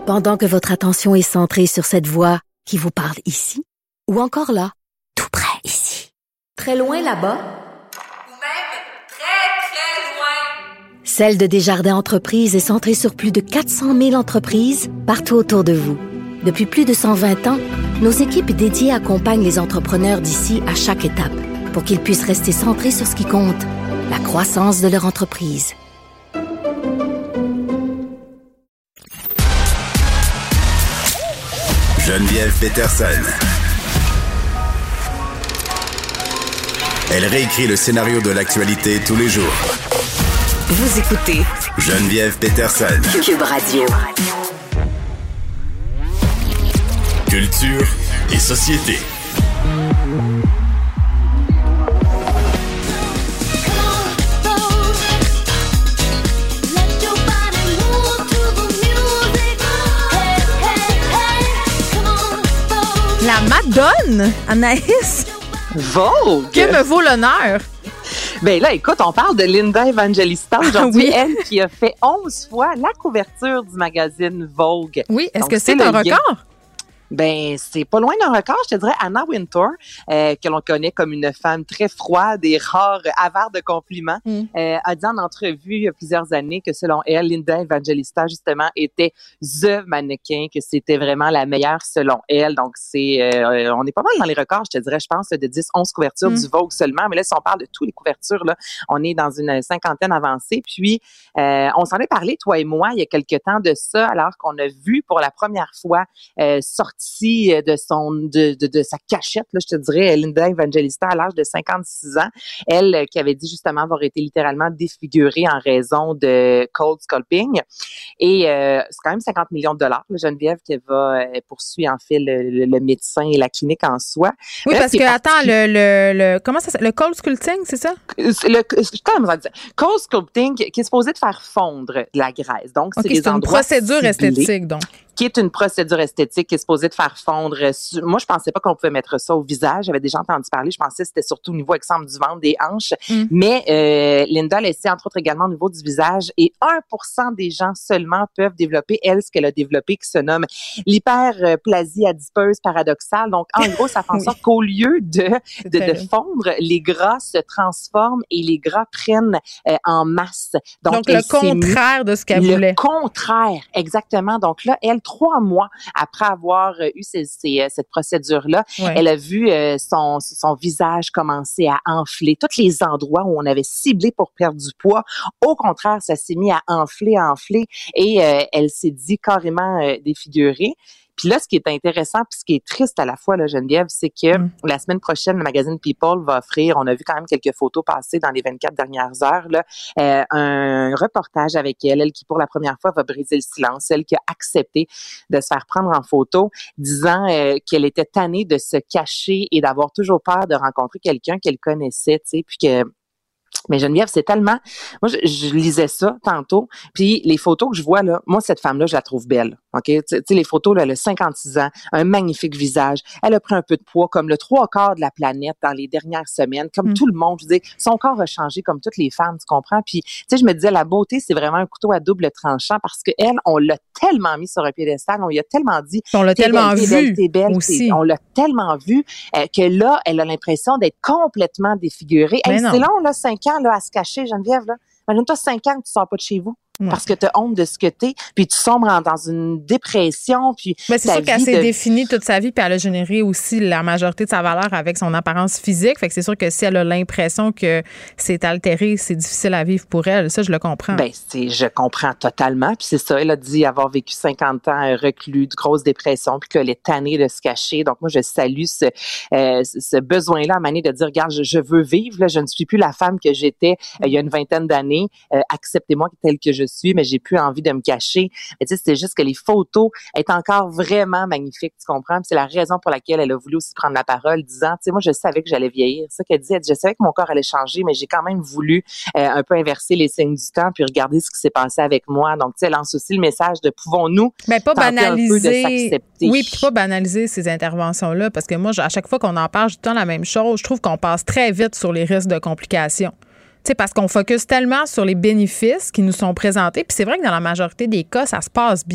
Pendant que votre attention est centrée sur cette voix qui vous parle ici, ou encore là, tout près ici, très loin là-bas, ou même très, très loin. Celle de Desjardins Entreprises est centrée sur plus de 400 000 entreprises partout autour de vous. Depuis plus de 120 ans, nos équipes dédiées accompagnent les entrepreneurs d'ici à chaque étape pour qu'ils puissent rester centrés sur ce qui compte, la croissance de leur entreprise. Geneviève Peterson. Elle réécrit le scénario de l'actualité tous les jours. Vous écoutez Geneviève Peterson. Cube Radio. Culture et société. La Madone, Anaïs. Vogue! Que me vaut l'honneur? Ben là, écoute, on parle de Linda Evangelista aujourd'hui. Oui. Elle qui a fait 11 fois la couverture du magazine Vogue. Oui, est-ce Donc, que c'est un record? Ben, c'est pas loin d'un record, je te dirais. Anna Wintour, que l'on connaît comme une femme très froide et rare, avare de compliments, a dit en entrevue il y a plusieurs années que selon elle, Linda Evangelista, justement, était the mannequin, que c'était vraiment la meilleure selon elle. Donc, c'est, on est pas mal dans les records, je te dirais, je pense, de 10, 11 couvertures du Vogue seulement. Mais là, si on parle de toutes les couvertures, là, on est dans une cinquantaine avancée. Puis, on s'en est parlé, toi et moi, il y a quelque temps de ça, alors qu'on a vu pour la première fois sortir de sa cachette, là, je te dirais, Linda Evangelista à l'âge de 56 ans. Elle qui avait dit justement avoir été littéralement défigurée en raison de cold sculpting. Et c'est quand même 50 millions de dollars, là, Geneviève, qui va poursuit en fait le médecin et la clinique en soi. Oui, parce que, attends, le comment ça s'appelle? Le cold sculpting, c'est ça? Comment ça dit? Cold sculpting qui est supposé de faire fondre de la graisse. Donc, c'est une procédure ciblés, esthétique, donc. Qui est une procédure esthétique qui est supposée de faire fondre. Moi, je pensais pas qu'on pouvait mettre ça au visage. J'avais déjà entendu parler. Je pensais que c'était surtout au niveau, exemple, du ventre, des hanches. Mais Linda laissait, entre autres, également au niveau du visage. Et 1% des gens seulement peuvent développer, elle, ce qu'elle a développé, qui se nomme l'hyperplasie adipeuse paradoxale. Donc, en gros, ça fait en sorte qu'au lieu de fondre, les gras se transforment et les gras prennent en masse. Donc le contraire de ce qu'elle voulait. Le contraire, exactement. Donc là, elle, 3 mois après avoir eu cette procédure-là, elle a vu son visage commencer à enfler. Tous les endroits où on avait ciblé pour perdre du poids, au contraire, ça s'est mis à enfler et elle s'est dit carrément défigurée. Puis là, ce qui est intéressant puis ce qui est triste à la fois, là, Geneviève, c'est que la semaine prochaine, le magazine People va offrir, on a vu quand même quelques photos passer dans les 24 dernières heures, là, un reportage avec elle qui pour la première fois va briser le silence, elle qui a accepté de se faire prendre en photo, disant qu'elle était tannée de se cacher et d'avoir toujours peur de rencontrer quelqu'un qu'elle connaissait, tu sais, puis que mais Geneviève, c'est tellement... Moi, je lisais ça tantôt, puis les photos que je vois, là, moi, cette femme-là, je la trouve belle, OK? Tu sais, les photos, là, elle a 56 ans, un magnifique visage, elle a pris un peu de poids, comme le 3/4 de la planète dans les dernières semaines, comme tout le monde, je veux dire, son corps a changé comme toutes les femmes, tu comprends? Puis, tu sais, je me disais, la beauté, c'est vraiment un couteau à double tranchant, parce que elle, on l'a tellement mis sur un piédestal, on lui a tellement dit... On l'a tellement vu t'es belle, aussi. On l'a tellement vu que là, elle a l'impression d'être complètement défigurée. Hey, c'est long, là, 5 ans, là, à se cacher, Geneviève, là. Imagine-toi 5 ans que tu sors pas de chez vous. Parce que tu as honte de ce que t'es, puis tu sombres dans une dépression, puis... Mais c'est sûr qu'elle s'est définie toute sa vie, puis elle a généré aussi la majorité de sa valeur avec son apparence physique, fait que c'est sûr que si elle a l'impression que c'est altéré, c'est difficile à vivre pour elle, ça je le comprends. Ben je comprends totalement, puis c'est ça, elle a dit avoir vécu 50 ans reclus, de grosse dépression, puis qu'elle est tannée de se cacher, donc moi je salue ce besoin-là à Mané de dire, regarde, je veux vivre, là, je ne suis plus la femme que j'étais il y a une vingtaine d'années, acceptez-moi telle que je suis, mais j'ai plus envie de me cacher. Mais tu sais, c'est juste que les photos est encore vraiment magnifiques, tu comprends? Puis c'est la raison pour laquelle elle a voulu aussi prendre la parole, disant, tu sais, moi, je savais que j'allais vieillir. C'est ça qu'elle dit. Elle dit, je savais que mon corps allait changer, mais j'ai quand même voulu un peu inverser les signes du temps puis regarder ce qui s'est passé avec moi. Donc, tu sais, elle lance aussi le message de pouvons-nous pas banaliser. Un peu de s'accepter. Oui, puis pas banaliser ces interventions-là, parce que moi, à chaque fois qu'on en parle, je dis tout le temps la même chose. Je trouve qu'on passe très vite sur les risques de complications. Tu sais, parce qu'on focus tellement sur les bénéfices qui nous sont présentés. Puis c'est vrai que dans la majorité des cas, ça se passe bien. Tu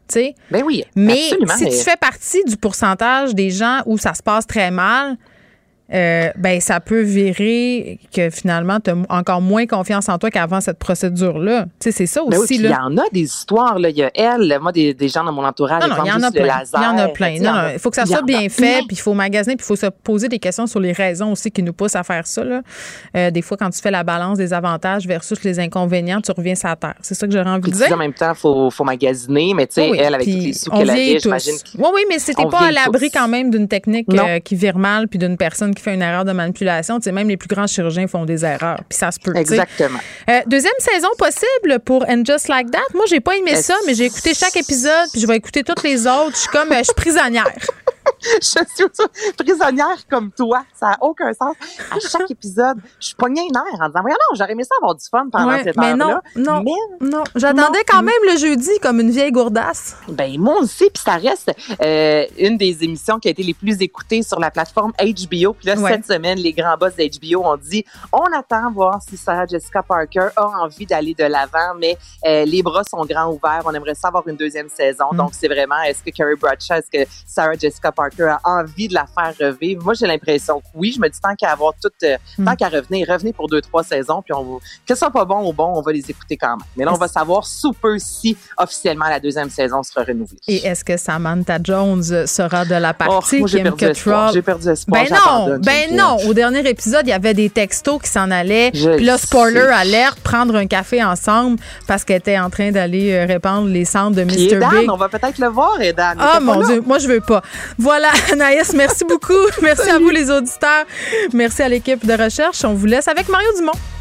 sais. Ben oui, mais absolument. Si tu fais partie du pourcentage des gens où ça se passe très mal, ben ça peut virer que finalement tu as encore moins confiance en toi qu'avant cette procédure-là. Tu sais, c'est ça aussi. Ben oui, il y en a des histoires, là. Il y a moi, des gens dans mon entourage, il y en a plein. Il y en a plein. Il faut que ça soit bien fait, puis il faut magasiner, puis il faut se poser des questions sur les raisons aussi qui nous poussent à faire ça, là. Des fois, quand tu fais la balance des avantages versus les inconvénients, tu reviens sur la terre. C'est ça que j'aurais envie de dire. En même temps, faut magasiner, mais tu sais, elle, avec tous les sous qu'elle avait, j'imagine. Oui, mais c'était pas à l'abri quand même d'une technique qui vire mal, puis d'une personne qui fait une erreur de manipulation. Tu sais, même les plus grands chirurgiens font des erreurs, puis ça se peut. Exactement. Deuxième saison possible pour And Just Like That. Moi, j'ai pas aimé ça, mais j'ai écouté chaque épisode, puis je vais écouter toutes les autres. Je suis comme, je suis prisonnière. Je suis prisonnière comme toi. Ça n'a aucun sens. À chaque épisode, je suis pognée une heure en disant, voyons, non, j'aurais aimé ça avoir du fun pendant cette heure-là. Non. J'attendais quand même le jeudi comme une vieille gourdasse. Ben, moi aussi. Puis ça reste une des émissions qui a été les plus écoutées sur la plateforme HBO. Puis là, cette semaine, les grands boss d'HBO ont dit, on attend voir si Sarah Jessica Parker a envie d'aller de l'avant, mais les bras sont grands ouverts. On aimerait ça avoir une deuxième saison. Donc, c'est vraiment, est-ce que Carrie Bradshaw, est-ce que Sarah Jessica Parker a envie de la faire revivre? Moi, j'ai l'impression que oui. Je me dis, tant qu'à avoir tant qu'à revenir pour 2-3 saisons, puis que ça soit pas bon ou bon, on va les écouter quand même. Mais là, on va savoir sous peu si officiellement la deuxième saison sera renouvelée. Et est-ce que Samantha Jones sera de la partie? Moi, j'ai perdu espoir. Ben non. Au dernier épisode, il y avait des textos qui s'en allaient. Puis là, spoiler alerte, prendre un café ensemble parce qu'elle était en train d'aller répandre les cendres de Mr. Edan, Big. on va peut-être le voir, Edan. Ah, mon Dieu, moi, je veux pas. Voilà, Anaïs, merci beaucoup. Merci à vous, les auditeurs. Merci à l'équipe de recherche. On vous laisse avec Mario Dumont.